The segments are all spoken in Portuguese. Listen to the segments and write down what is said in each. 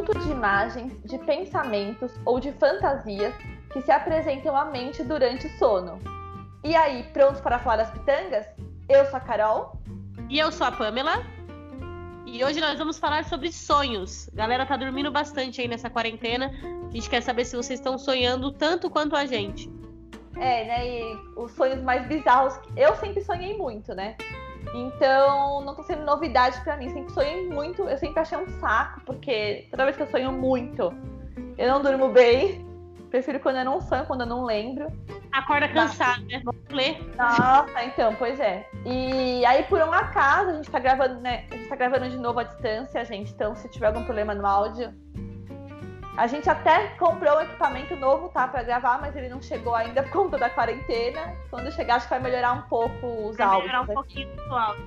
conjunto de imagens, de pensamentos ou de fantasias que se apresentam à mente durante o sono. E aí, prontos para falar das pitangas? Eu sou a Carol. E eu sou a Pamela. E hoje nós vamos falar sobre sonhos. A galera tá dormindo bastante aí nessa quarentena. A gente quer saber se vocês estão sonhando tanto quanto a gente. Né? E os sonhos mais bizarros. Eu sempre sonhei muito, né? Então, não tá sendo novidade pra mim. Sempre sonhei muito. Eu sempre achei um saco, porque toda vez que eu sonho muito, eu não durmo bem. Prefiro quando eu não sonho, quando eu não lembro. Acorda cansado, né? Vamos ler. Nossa, então, pois é. E aí, por um acaso, a gente tá gravando, né? A gente tá gravando de novo à distância, gente. Então, se tiver algum problema no áudio. A gente até comprou um equipamento novo, tá? Pra gravar, mas ele não chegou ainda por conta da quarentena. Quando chegar, acho que vai melhorar um pouco os áudios. Vai melhorar um pouquinho o áudio.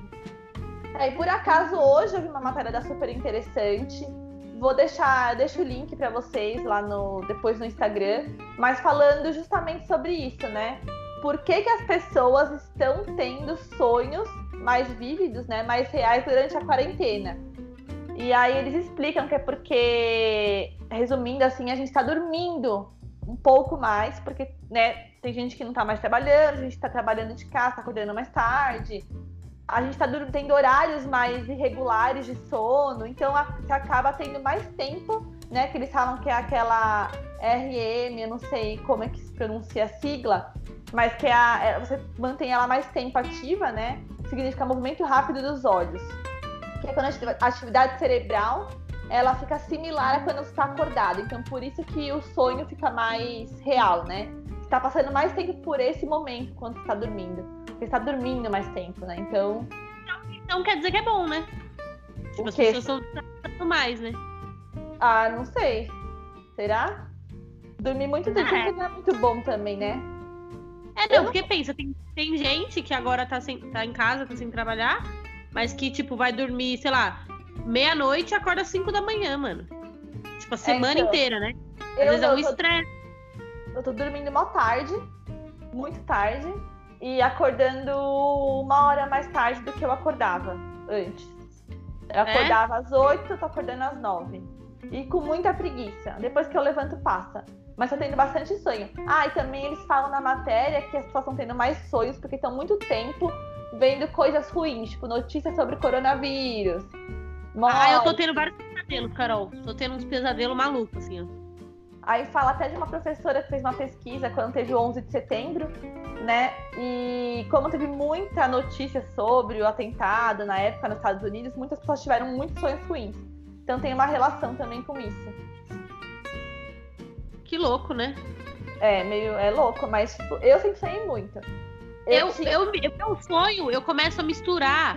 E por acaso, hoje eu vi uma matéria super interessante. Deixo o link para vocês lá depois no Instagram, mas falando justamente sobre isso, né? Por que as pessoas estão tendo sonhos mais vívidos, né? Mais reais durante a quarentena? E aí eles explicam que é porque, resumindo assim, a gente tá dormindo um pouco mais, porque, né, tem gente que não tá mais trabalhando, a gente tá trabalhando de casa, tá acordando mais tarde. A gente tá tendo horários mais irregulares de sono, então você acaba tendo mais tempo, né? Que eles falam que é aquela RM, eu não sei como é que se pronuncia a sigla, mas que você mantém ela mais tempo ativa, né? Significa movimento rápido dos olhos. Que é quando a atividade cerebral, ela fica similar a quando você está acordado. Então, por isso que o sonho fica mais real, né? Você tá passando mais tempo por esse momento quando você está dormindo. Você está dormindo mais tempo, né? Então quer dizer que é bom, né? Tipo, as pessoas estão dormindo mais, né? Ah, não sei. Será? Dormir muito tempo não é muito bom também, né? Porque pensa, tem gente que agora tá em casa, tá sem trabalhar, mas que, tipo, vai dormir, sei lá, meia-noite e acorda às 5 da manhã, mano. Tipo, a semana inteira, né? Às vezes é um estresse. Eu tô dormindo mó tarde, muito tarde. E acordando 1 hora mais tarde do que eu acordava antes. Eu acordava às 8, eu tô acordando às 9. E com muita preguiça. Depois que eu levanto, passa. Mas tô tendo bastante sonho. E também eles falam na matéria que as pessoas estão tendo mais sonhos porque estão muito tempo vendo coisas ruins, tipo notícias sobre coronavírus. Eu tô tendo vários pesadelos, Carol. Tô tendo uns pesadelos malucos, assim, ó. Aí fala até de uma professora que fez uma pesquisa quando teve o 11 de setembro, né? E como teve muita notícia sobre o atentado na época nos Estados Unidos, muitas pessoas tiveram muitos sonhos ruins. Então tem uma relação também com isso. Que louco, né? É louco, mas tipo, eu sempre sonhei muito. Eu sonho, eu começo a misturar.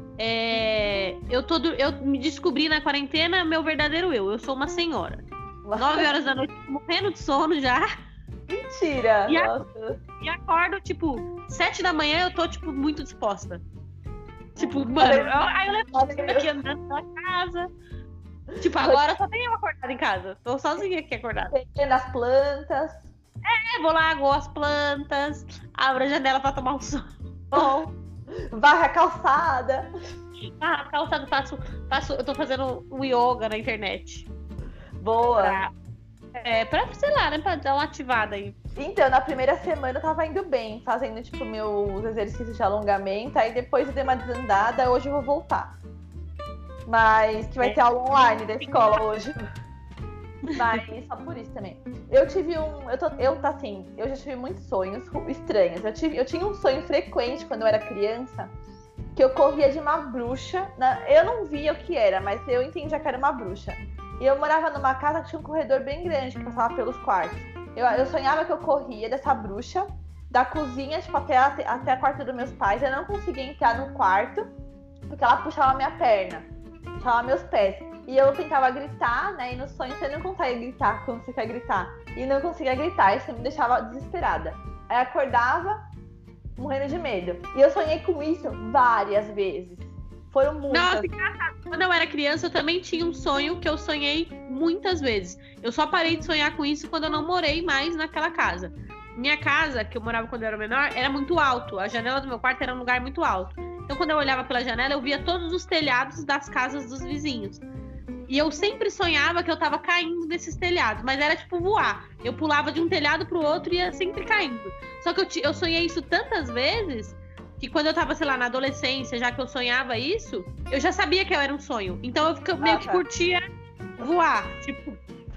Eu me descobri na quarentena meu verdadeiro eu. Eu sou uma senhora. 9 horas da noite, morrendo de sono já. Mentira! E acordo, tipo, 7 da manhã, eu tô, tipo, muito disposta. Tipo, mano, aí eu levanto aqui andando pela casa. Tipo, agora só tem eu acordada em casa. Tô sozinha aqui acordada. Pegando as plantas. Vou lá, aguo as plantas, abro a janela pra tomar um sol. Varre a calçada. A calçada, eu tô fazendo um yoga na internet. Boa. Pra, sei lá, né? Pra dar uma ativada aí. Então, na primeira semana eu tava indo bem, fazendo, tipo, meus exercícios de alongamento. Aí depois eu dei uma desandada, hoje eu vou voltar. Mas que vai ter aula online da escola hoje. Mas só por isso também. Eu já tive muitos sonhos estranhos. Eu tinha um sonho frequente quando eu era criança, que eu corria de uma bruxa. Eu não via o que era, mas eu entendia que era uma bruxa. E eu morava numa casa que tinha um corredor bem grande que passava pelos quartos. Eu sonhava que eu corria dessa bruxa, da cozinha, tipo, até a quarto dos meus pais. Eu não conseguia entrar no quarto, porque ela puxava minha perna, puxava meus pés. E eu tentava gritar, né? E no sonho você não consegue gritar quando você quer gritar. E não conseguia gritar, isso me deixava desesperada. Aí eu acordava, morrendo de medo. E eu sonhei com isso várias vezes. Foram muitas. Nossa, engraçado. Quando eu era criança, eu também tinha um sonho que eu sonhei muitas vezes. Eu só parei de sonhar com isso quando eu não morei mais naquela casa. Minha casa, que eu morava quando eu era menor, era muito alto. A janela do meu quarto era um lugar muito alto. Então, quando eu olhava pela janela, eu via todos os telhados das casas dos vizinhos. E eu sempre sonhava que eu tava caindo desses telhados, mas era tipo voar. Eu pulava de um telhado pro outro e ia sempre caindo. Só que eu sonhei isso tantas vezes que quando eu tava, sei lá, na adolescência, já que eu sonhava isso, eu já sabia que eu era um sonho. Então eu meio que curtia voar, tipo...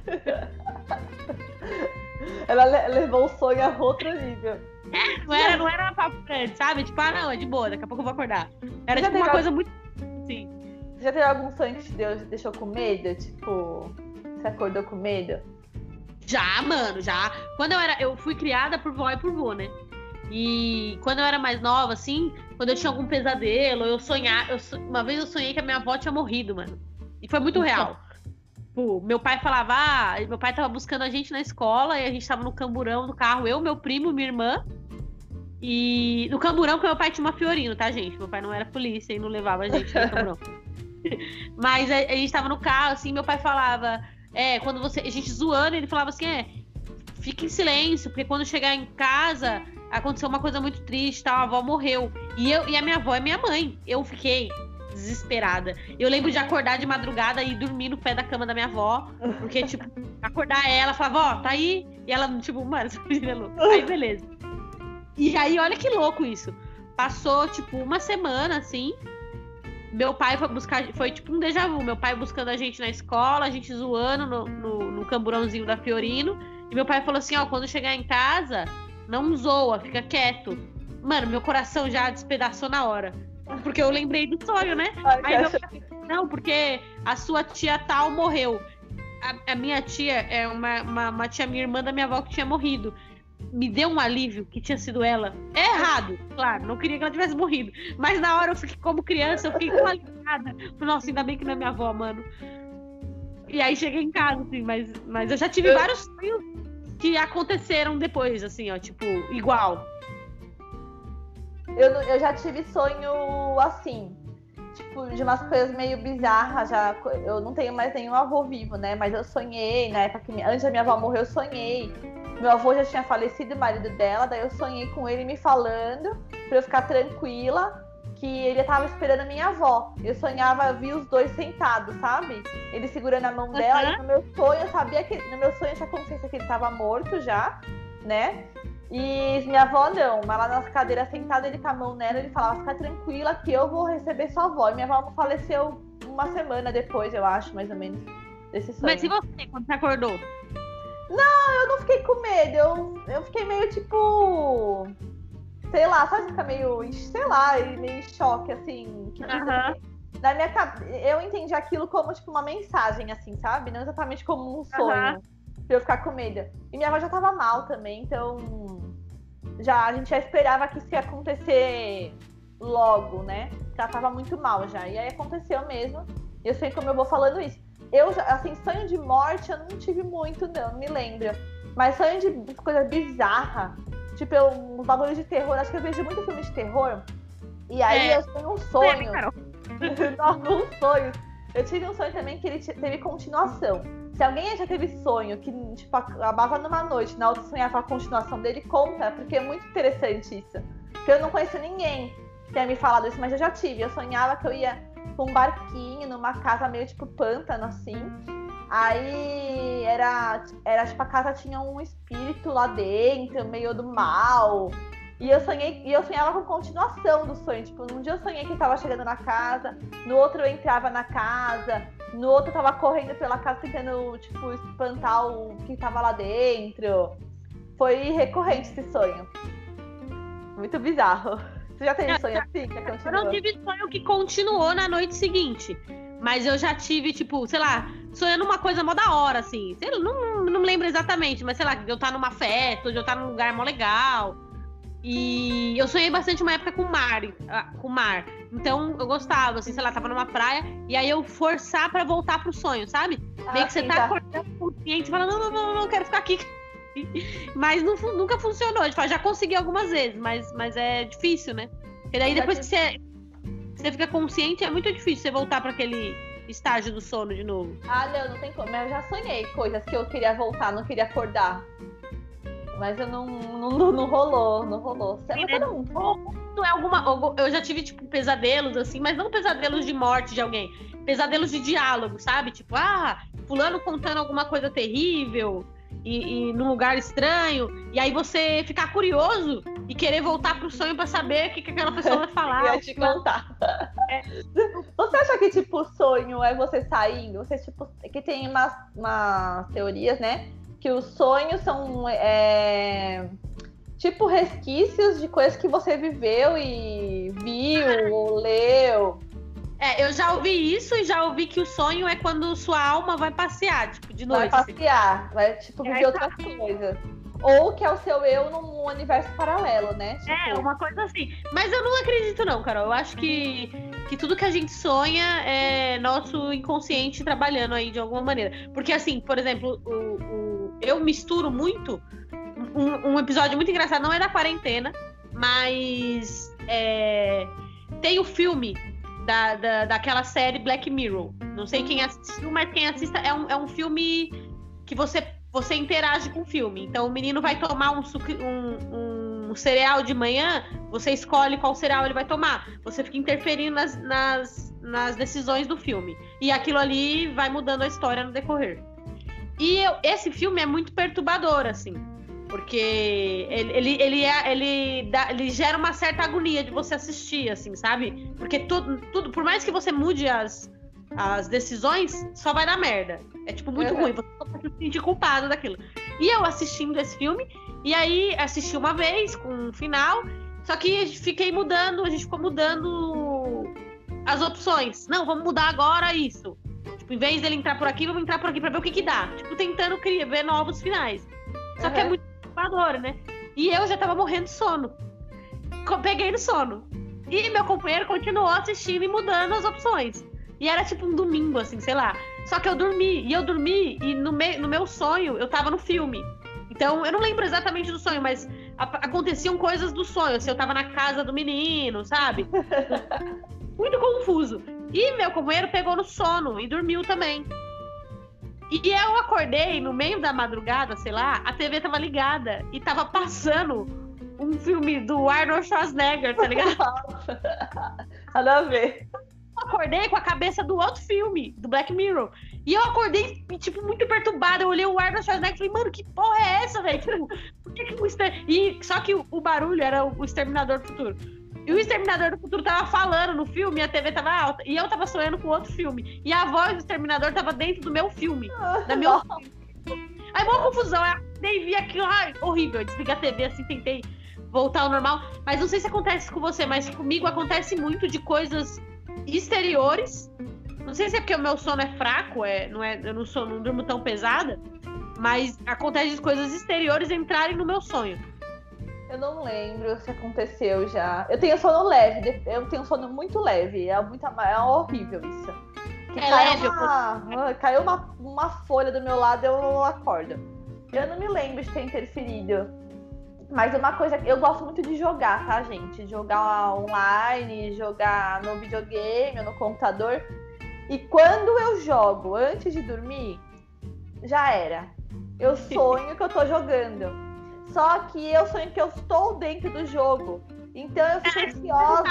Ela levou o sonho a outro nível. Não era papo grande, sabe? Tipo, não, é de boa, daqui a pouco eu vou acordar. Era tipo uma coisa muito... Sim. Você já teve algum sonho que te deixou com medo? Tipo, você acordou com medo? Já, mano, já. Quando eu fui criada por vó e por vô, né? E quando eu era mais nova, assim, quando eu tinha algum pesadelo, uma vez eu sonhei que a minha avó tinha morrido, mano. E foi muito real. Tipo, meu pai falava, meu pai tava buscando a gente na escola e a gente tava no camburão do carro, eu, meu primo, minha irmã. E no camburão, que meu pai tinha uma Fiorino, tá, gente? Meu pai não era polícia e não levava a gente no camburão. Mas a gente tava no carro, assim, meu pai falava, quando a gente zoando, ele falava assim, fica em silêncio, porque quando chegar em casa, aconteceu uma coisa muito triste, tal, a avó morreu. E a minha avó é minha mãe. Eu fiquei desesperada. Eu lembro de acordar de madrugada e dormir no pé da cama da minha avó, porque, tipo, acordar ela, falar, vó, tá aí? E ela, tipo, mano, essa menina é louca. Aí, beleza. E aí, olha que louco isso. Passou, tipo, uma semana, assim, meu pai foi buscar, foi tipo um déjà vu, meu pai buscando a gente na escola, a gente zoando no camburãozinho da Fiorino, e meu pai falou assim, quando chegar em casa, não zoa, fica quieto. Mano, meu coração já despedaçou na hora, porque eu lembrei do sonho, né? Aí meu pai, não, porque a sua tia tal morreu. A minha tia é uma tia, minha irmã da minha avó, que tinha morrido. Me deu um alívio que tinha sido ela. É errado, claro, não queria que ela tivesse morrido. Mas na hora eu fiquei, como criança, eu fiquei tão aliviada. Nossa, ainda bem que não é minha avó, mano. E aí cheguei em casa, assim, mas eu já tive vários sonhos que aconteceram depois, assim, tipo, igual. Eu já tive sonho assim, tipo, de umas coisas meio bizarras. Eu não tenho mais nenhum avô vivo, né? Mas eu sonhei, na época que antes da minha avó morrer, eu sonhei. Meu avô já tinha falecido, o marido dela, daí eu sonhei com ele me falando pra eu ficar tranquila que ele tava esperando minha avó. Eu sonhava, vi os dois sentados, sabe? Ele segurando a mão dela, e no meu sonho eu sabia que. No meu sonho eu tinha consciência que ele tava morto já, né? E minha avó não, mas lá na cadeira sentada, ele com a mão nela, ele falava, fica tranquila que eu vou receber sua avó. E minha avó faleceu uma semana depois, eu acho, mais ou menos, desse sonho. Mas e você, quando você acordou? Não, eu não fiquei com medo, eu fiquei meio tipo, sei lá, sabe, ficar meio, sei lá, meio em choque, assim, que na minha cabeça, eu entendi aquilo como, tipo, uma mensagem, assim, sabe, não exatamente como um sonho, pra eu ficar com medo. E minha avó já tava mal também, então, a gente já esperava que isso ia acontecer logo, né, porque ela tava muito mal já, e aí aconteceu mesmo, e eu sei como eu vou falando isso. Eu, assim, sonho de morte eu não tive muito, não me lembro. Mas sonho de coisa bizarra, tipo, um bagulho de terror. Acho que eu vejo muito filme de terror. E aí eu tenho um sonho. Alguns sonhos. Eu tive um sonho também que ele teve continuação. Se alguém já teve sonho que, tipo, acabava numa noite, na outra sonhava a continuação dele, conta, porque é muito interessante isso. Porque eu não conheço ninguém que tenha me falado isso, mas eu já tive. Eu sonhava que eu ia com um barquinho numa casa meio tipo pântano, assim. Aí era tipo, a casa tinha um espírito lá dentro, meio do mal. E eu sonhava com continuação do sonho. Tipo, num dia eu sonhei que eu tava chegando na casa, no outro eu entrava na casa, no outro eu tava correndo pela casa tentando, tipo, espantar o que tava lá dentro. Foi recorrente esse sonho. Muito bizarro. Você já teve sonho assim? Que eu não tive sonho que continuou na noite seguinte. Mas eu já tive, tipo, sei lá, sonhando uma coisa mó da hora, assim. Sei lá, não me lembro exatamente, mas sei lá, de eu estar numa festa, ou de eu estar num lugar mó legal. E eu sonhei bastante uma época com mar. Então eu gostava, assim, sei lá, tava numa praia, e aí eu forçar pra voltar pro sonho, sabe? Meio que você tá acordando consciente e fala, não, quero ficar aqui. Mas nunca funcionou. Tipo, já consegui algumas vezes, mas é difícil, né? Porque daí depois que você fica consciente, é muito difícil você voltar pra aquele estágio do sono de novo. Não tem como. Mas eu já sonhei coisas que eu queria voltar, não queria acordar. mas eu não rolou, não rolou. Você é todo mundo. Não é eu já tive, tipo, pesadelos, assim, mas não pesadelos de morte de alguém. Pesadelos de diálogo, sabe? Tipo, fulano contando alguma coisa terrível e num lugar estranho. E aí você ficar curioso e querer voltar pro sonho pra saber o que aquela pessoa vai falar. Eu ia te contar. Você acha que, tipo, o sonho é você saindo? Você, tipo, que tem umas teorias, né? Que os sonhos são tipo resquícios de coisas que você viveu e viu ou leu. Eu já ouvi isso e já ouvi que o sonho é quando sua alma vai passear, tipo, de noite. Vai passear, vai, tipo, viver outras coisas. Ou que é o seu eu num universo paralelo, né? Tipo... uma coisa assim. Mas eu não acredito não, Carol. Eu acho que tudo que a gente sonha é nosso inconsciente trabalhando aí de alguma maneira. Porque assim, por exemplo, eu misturo muito um episódio muito engraçado, não é da quarentena, mas tem o filme daquela série Black Mirror. Não sei quem assistiu, mas quem assista é um filme que você interage com o filme. Então o menino vai tomar um cereal de manhã, você escolhe qual cereal ele vai tomar. Você fica interferindo nas decisões do filme. E aquilo ali vai mudando a história no decorrer. E esse filme é muito perturbador, assim. Porque ele gera uma certa agonia de você assistir, assim, sabe? Porque tudo, por mais que você mude as decisões, só vai dar merda. É, tipo, muito ruim. Você só pode se sentir culpado daquilo. E eu assistindo esse filme, e aí assisti uma vez, com um final, só que a gente ficou mudando as opções. Não, vamos mudar agora isso. Tipo, em vez dele entrar por aqui, vamos entrar por aqui pra ver o que dá. Tipo, tentando ver novos finais. Só que é muito perturbador, né? E eu já tava morrendo de sono. Peguei no sono. E meu companheiro continuou assistindo e mudando as opções. E era tipo um domingo, assim, sei lá. Só que eu dormi, e no meu sonho eu tava no filme. Então, eu não lembro exatamente do sonho, mas aconteciam coisas do sonho. Assim, eu tava na casa do menino, sabe? Muito confuso. E meu companheiro pegou no sono e dormiu também. E eu acordei no meio da madrugada, sei lá, a TV tava ligada e tava passando um filme do Arnold Schwarzenegger, tá ligado? Nada a ver. Eu acordei com a cabeça do outro filme, do Black Mirror. E eu acordei, tipo, muito perturbada. Eu olhei o Arnold Schwarzenegger e falei, mano, que porra é essa, velho? Tipo, por que só que o barulho era o Exterminador do Futuro. E o Exterminador do Futuro tava falando no filme e a TV tava alta. E eu tava sonhando com outro filme. E a voz do Exterminador tava dentro do meu filme. Aí, uma confusão. Eu vi aquilo, horrível. Eu desliguei a TV, assim, tentei voltar ao normal. Mas não sei se acontece com você, mas comigo acontece muito de coisas exteriores. Não sei se é porque o meu sono é fraco, eu não durmo tão pesada. Mas acontece de coisas exteriores entrarem no meu sonho. Eu não lembro se aconteceu já. Eu tenho sono leve, eu tenho sono muito leve. É horrível isso. Caiu uma folha do meu lado, eu acordo. Eu não me lembro de ter interferido. Mas uma coisa, eu gosto muito de jogar, tá, gente? Jogar online, jogar no videogame ou no computador. E quando eu jogo antes de dormir, já era. Eu sonho que eu tô jogando. Só que eu sonho que eu estou dentro do jogo. Então eu fico ansiosa.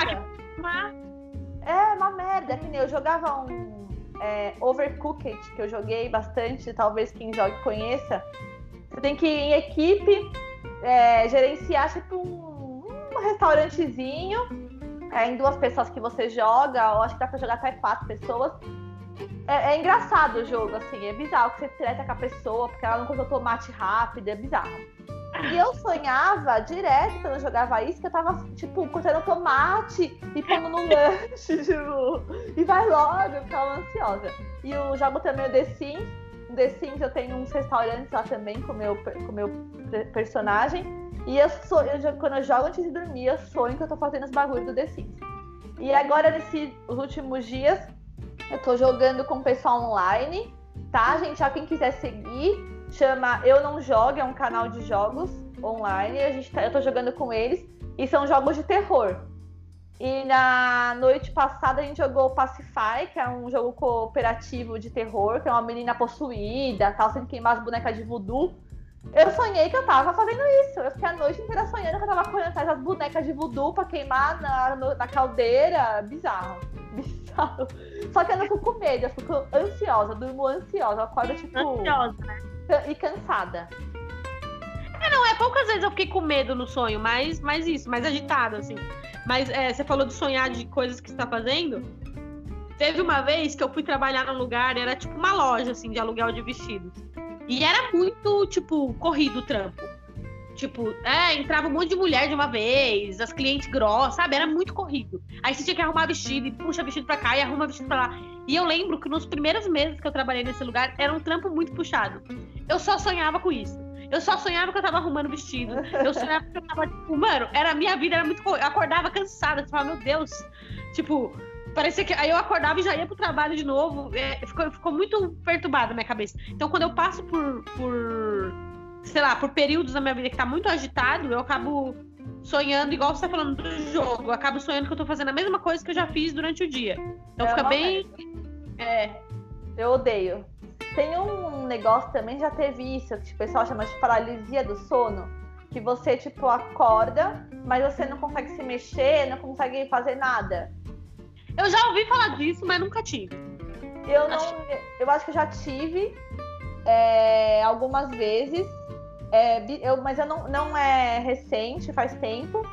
É uma merda. Que nem eu jogava um Overcooked, que eu joguei bastante. Talvez quem jogue conheça. Você tem que ir em equipe, gerenciar tipo um restaurantezinho. Em 2 pessoas que você joga. Eu acho que dá pra jogar até 4 pessoas. É engraçado o jogo, assim. É bizarro que você treta com a pessoa, porque ela não conta tomate rápido. É bizarro. E eu sonhava direto quando eu jogava isso, que eu tava, tipo, cortando tomate e pondo no lanche, tipo, e vai logo, eu ficava ansiosa. E eu jogo também o The Sims. No The Sims eu tenho uns restaurantes lá também com o meu personagem. E quando eu jogo antes de dormir, eu sonho que eu tô fazendo os bagulhos do The Sims. E agora, os últimos dias, eu tô jogando com o pessoal online, tá, gente? Já quem quiser seguir, chama Eu Não Jogo, é um canal de jogos online. Eu tô jogando com eles e são jogos de terror. E na noite passada a gente jogou Pacify, que é um jogo cooperativo de terror, que é uma menina possuída, tal, sem queimar as bonecas de voodoo. Eu sonhei que eu tava fazendo isso. Eu fiquei a noite inteira sonhando que eu tava correndo atrás das bonecas de voodoo pra queimar na caldeira. Bizarro. Só que eu não fico com medo, eu fico ansiosa, eu durmo ansiosa. Eu acordo, tipo... Ansiosa, né? E cansada. Não, poucas vezes eu fiquei com medo no sonho, mais isso, mais agitada, assim. Mas você falou de sonhar de coisas que você tá fazendo. Teve uma vez que eu fui trabalhar num lugar, era tipo uma loja, assim, de aluguel de vestidos. E era muito, tipo, corrido o trampo. Tipo, entrava um monte de mulher de uma vez, as clientes grossas, sabe? Era muito corrido. Aí você tinha que arrumar vestido, e puxa vestido pra cá, e arruma vestido pra lá. E eu lembro que nos primeiros meses que eu trabalhei nesse lugar, era um trampo muito puxado. Eu só sonhava com isso. Eu só sonhava que eu tava arrumando vestido. Eu sonhava que eu tava, tipo, mano, a minha vida era muito... Eu acordava cansada, você falava, meu Deus. Tipo, parecia que... Aí eu acordava e já ia pro trabalho de novo. Ficou muito perturbada a minha cabeça. Então, quando eu passo sei lá, por períodos da minha vida que tá muito agitado, eu acabo sonhando, igual você tá falando do jogo. Eu acabo sonhando que eu tô fazendo a mesma coisa que eu já fiz durante o dia. Então fica bem... Eu odeio. Tem um negócio também, já teve isso, que o pessoal chama de paralisia do sono, que você, tipo, acorda, mas você não consegue se mexer, não consegue fazer nada. Eu já ouvi falar disso, mas nunca tive. Eu acho que eu já tive algumas vezes, mas não é recente, faz tempo.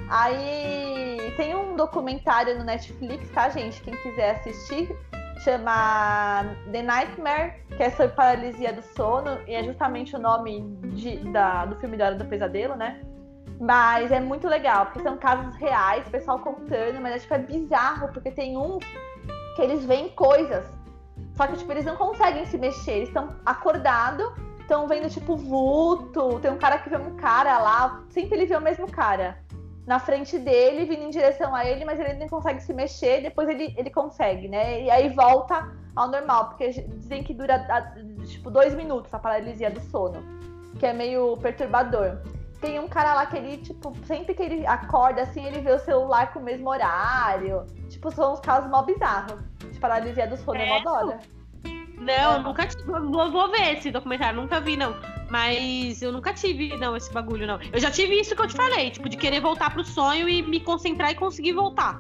Aí tem um documentário no Netflix, tá, gente? Quem quiser assistir, chama The Nightmare, que é sobre paralisia do sono, e é justamente o nome do filme da Hora do Pesadelo, né? Mas é muito legal, porque são casos reais, o pessoal contando, mas acho que é bizarro, porque tem uns que eles veem coisas, só que, tipo, eles não conseguem se mexer, eles estão acordados, estão vendo, tipo, vulto, tem um cara que vê um cara lá, sempre ele vê o mesmo cara na frente dele, vindo em direção a ele, mas ele não consegue se mexer, depois ele consegue, né? E aí volta ao normal, porque dizem que dura, tipo, 2 minutos a paralisia do sono, que é meio perturbador. Tem um cara lá que ele, tipo, sempre que ele acorda, assim, ele vê o celular com o mesmo horário. Tipo, são uns casos mó bizarros de paralisia do sono, eu adoro. Não, nunca tive. Vou ver esse documentário, nunca vi, não. Mas eu nunca tive, não, esse bagulho, não. Eu já tive isso que eu te falei, tipo, de querer voltar pro sonho e me concentrar e conseguir voltar.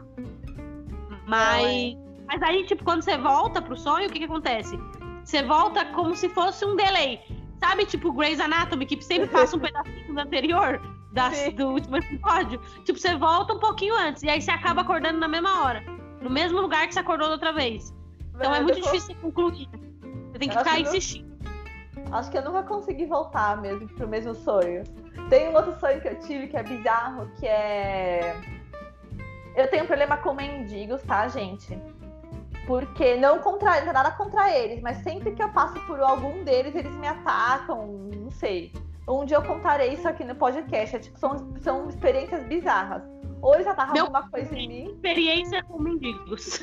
Mas aí, tipo, quando você volta pro sonho, o que acontece? Você volta como se fosse um delay. Sabe, tipo, Grey's Anatomy, que sempre passa um pedacinho do anterior, do último episódio? Tipo, você volta um pouquinho antes, e aí você acaba acordando na mesma hora. No mesmo lugar que você acordou da outra vez. Então é muito difícil você concluir. Você tem que ficar insistindo. Acho que eu nunca consegui voltar mesmo pro mesmo sonho. Tem um outro sonho que eu tive que é bizarro, que é... Eu tenho um problema com mendigos, tá, gente? Porque não tem nada contra eles, mas sempre que eu passo por algum deles, eles me atacam, não sei. Um dia eu contarei isso aqui no podcast, tipo, são experiências bizarras. Ou eles atacam alguma coisa em mim. Experiência com mendigos.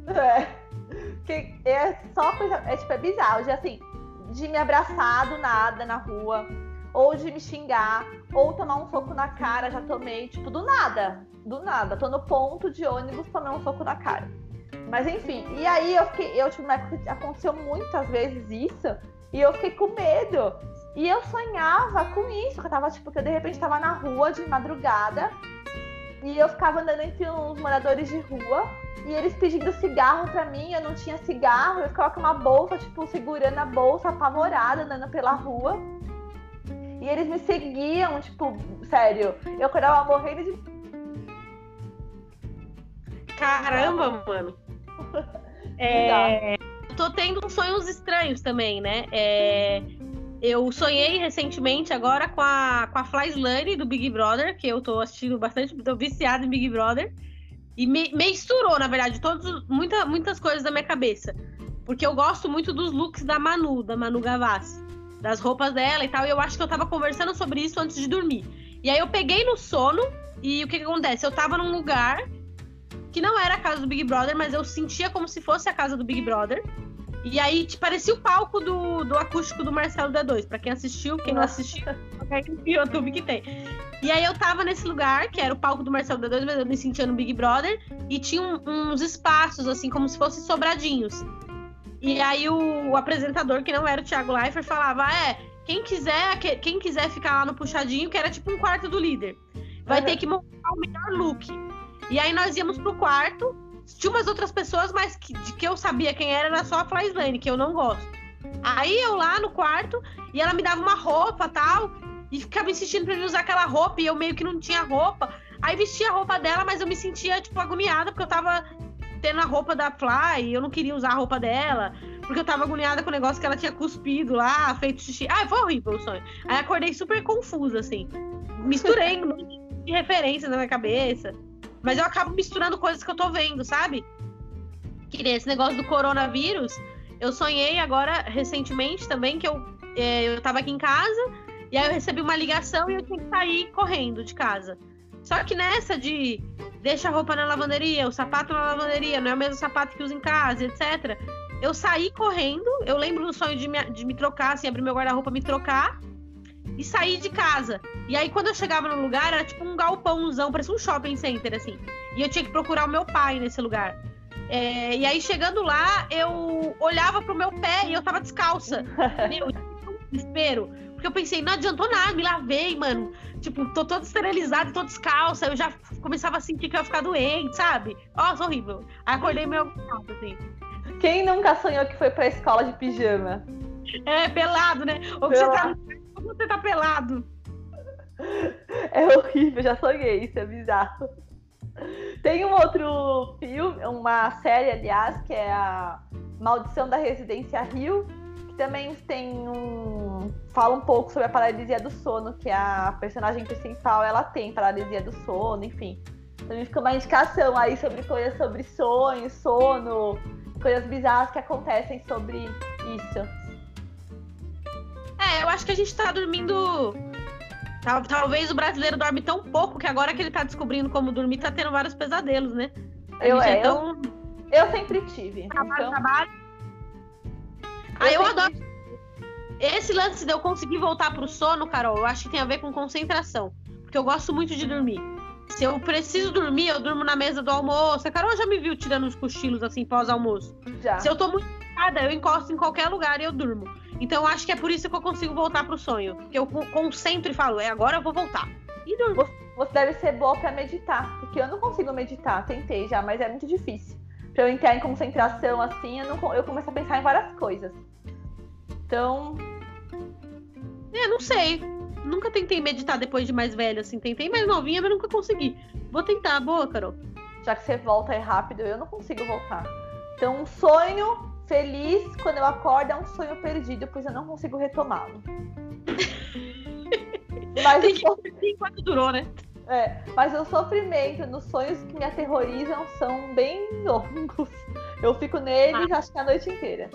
Que é só coisa, é bizarro, de assim, de me abraçar do nada na rua, ou de me xingar, ou tomar um soco na cara, já tomei, tipo, do nada. Tô no ponto de ônibus, tomei um soco na cara. Mas enfim, e aí eu tive uma época que aconteceu muitas vezes isso, e eu fiquei com medo. E eu sonhava com isso, que eu tava, tipo, que eu de repente tava na rua de madrugada, e eu ficava andando entre uns moradores de rua, e eles pedindo cigarro pra mim, eu não tinha cigarro, eu ficava com uma bolsa, tipo, segurando a bolsa, apavorada, andando pela rua. E eles me seguiam, tipo, sério, eu acordava morrendo de... Caramba, mano. Eu tô tendo uns sonhos estranhos também, né? Eu sonhei recentemente agora com a Fly Slane do Big Brother, que eu tô assistindo bastante, tô viciada em Big Brother. E me misturou, na verdade, muitas coisas da minha cabeça. Porque eu gosto muito dos looks da Manu Gavassi, das roupas dela e tal. E eu acho que eu tava conversando sobre isso antes de dormir. E aí eu peguei no sono, e o que acontece? Eu tava num lugar que não era a casa do Big Brother, mas eu sentia como se fosse a casa do Big Brother. E aí parecia o palco do acústico do Marcelo D2. Pra quem assistiu, quem não assistiu, no YouTube que tem. E aí eu tava nesse lugar, que era o palco do Marcelo D2, mas eu me sentia no Big Brother. E tinha uns espaços, assim, como se fossem sobradinhos. E aí o apresentador, que não era o Thiago Leifert, falava, quem quiser ficar lá no puxadinho, que era tipo um quarto do líder, vai ter que montar o melhor look. E aí nós íamos pro quarto, tinha umas outras pessoas, mas de que eu sabia quem era só a Flyslane, que eu não gosto. Aí eu lá no quarto, e ela me dava uma roupa e tal, e ficava insistindo pra mim usar aquela roupa, e eu meio que não tinha roupa. Aí vestia a roupa dela, mas eu me sentia, tipo, agoniada, porque eu tava tendo a roupa da Fly, e eu não queria usar a roupa dela, porque eu tava agoniada com o negócio que ela tinha cuspido lá, feito xixi. Foi horrível o sonho. Aí acordei super confusa, assim. Misturei um monte de referências na minha cabeça. Mas eu acabo misturando coisas que eu tô vendo, sabe? Que nem esse negócio do coronavírus. Eu sonhei agora, recentemente também, que eu tava aqui em casa, e aí eu recebi uma ligação e eu tinha que sair correndo de casa. Só que nessa de deixa a roupa na lavanderia, o sapato na lavanderia, não é o mesmo sapato que usa em casa, etc. Eu saí correndo, eu lembro do sonho de me trocar, assim, abrir meu guarda-roupa, me trocar, e sair de casa. E aí, quando eu chegava no lugar, era tipo um galpãozão, parecia um shopping center, assim. E eu tinha que procurar o meu pai nesse lugar. E aí, chegando lá, eu olhava pro meu pé e eu tava descalça. Meu, desespero. Porque eu pensei, não adiantou nada, me lavei, mano. Tipo, tô toda esterilizada, tô descalça. Eu já começava a sentir que eu ia ficar doente, sabe? Nossa, horrível. Aí acordei meio assim. Quem nunca sonhou que foi pra escola de pijama? Pelado, né? Ou você tá pelado. É horrível, já sonhei, isso é bizarro. Tem um outro filme, uma série, aliás, que é a Maldição da Residência Hill, que também fala um pouco sobre a paralisia do sono, que a personagem principal, ela tem paralisia do sono, enfim. Também fica uma indicação aí sobre coisas sobre sonho, sono, coisas bizarras que acontecem sobre isso. Eu acho que a gente tá dormindo... Talvez o brasileiro dorme tão pouco que agora que ele tá descobrindo como dormir, tá tendo vários pesadelos, né? Eu sempre tive. Trabalho. Eu adoro. Esse lance de eu conseguir voltar pro sono, Carol, eu acho que tem a ver com concentração. Porque eu gosto muito de dormir. Se eu preciso dormir, eu durmo na mesa do almoço. A Carol já me viu tirando uns cochilos assim pós-almoço. Já. Se eu tô muito cansada, eu encosto em qualquer lugar e eu durmo. Então eu acho que é por isso que eu consigo voltar pro sonho. Porque eu concentro e falo, agora eu vou voltar. E durmo. Você deve ser boa pra meditar. Porque eu não consigo meditar. Tentei já, mas é muito difícil. Pra eu entrar em concentração assim, eu começo a pensar em várias coisas. Então... não sei. Nunca tentei meditar depois de mais velha, assim. Tentei mais novinha, mas nunca consegui. Vou tentar. Boa, Carol. Já que você volta rápido, eu não consigo voltar. Então, um sonho feliz, quando eu acordo, é um sonho perdido, pois eu não consigo retomá-lo. Mas enquanto durou, né? Mas o sofrimento nos sonhos que me aterrorizam são bem longos. Eu fico neles, acho que a noite inteira.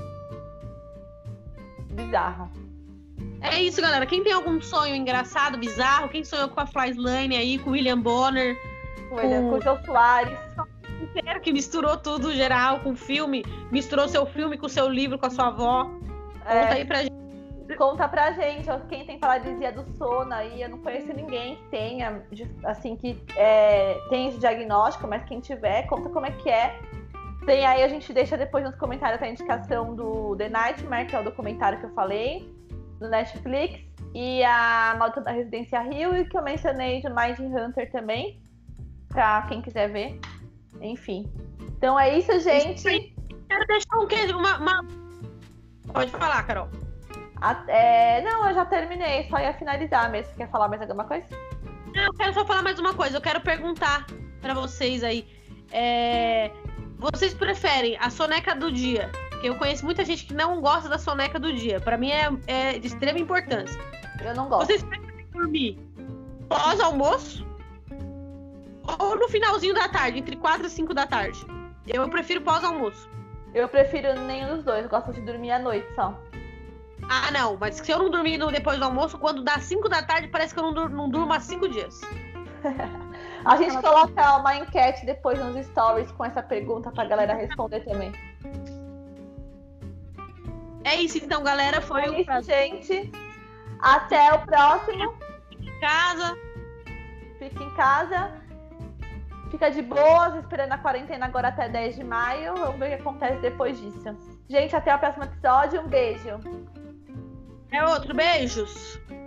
Bizarro. É isso, galera. Quem tem algum sonho engraçado, bizarro, quem sonhou com a Flyslane aí, com o William Bonner, com o Jô Soares, que misturou tudo geral com o filme, misturou seu filme com o seu livro, com a sua avó. Conta aí pra gente. Conta pra gente, quem tem paralisia do sono aí, eu não conheço ninguém que tenha, assim, que tem esse diagnóstico, mas quem tiver, conta como é que é. Tem aí, a gente deixa depois nos comentários a indicação do The Nightmare, que é o documentário que eu falei, do Netflix, e a Maldição da Residência Hill, e que eu mencionei de Mindhunter Hunter também, pra quem quiser ver. Enfim. Então é isso, gente. Quero deixar Pode falar, Carol. Não, eu já terminei, só ia finalizar mesmo. Quer falar mais alguma coisa? Não, eu quero só falar mais uma coisa. Eu quero perguntar pra vocês aí. Vocês preferem a soneca do dia? Porque eu conheço muita gente que não gosta da soneca do dia. Pra mim é de extrema importância. Eu não gosto. Vocês preferem dormir pós-almoço ou no finalzinho da tarde, entre 4 e 5 da tarde? Eu prefiro pós-almoço. Eu prefiro nenhum dos dois. Eu gosto de dormir à noite só. Não. Mas se eu não dormir depois do almoço, quando dá 5 da tarde, parece que eu não durmo há 5 dias. A gente coloca uma enquete depois nos stories com essa pergunta pra galera responder também. É isso então, galera. Foi isso, gente. Até o próximo. Fique em casa. Fique em casa. Fica de boas, esperando a quarentena agora até 10 de maio. Vamos ver o que acontece depois disso. Gente, até o próximo episódio. Um beijo. É outro, beijos.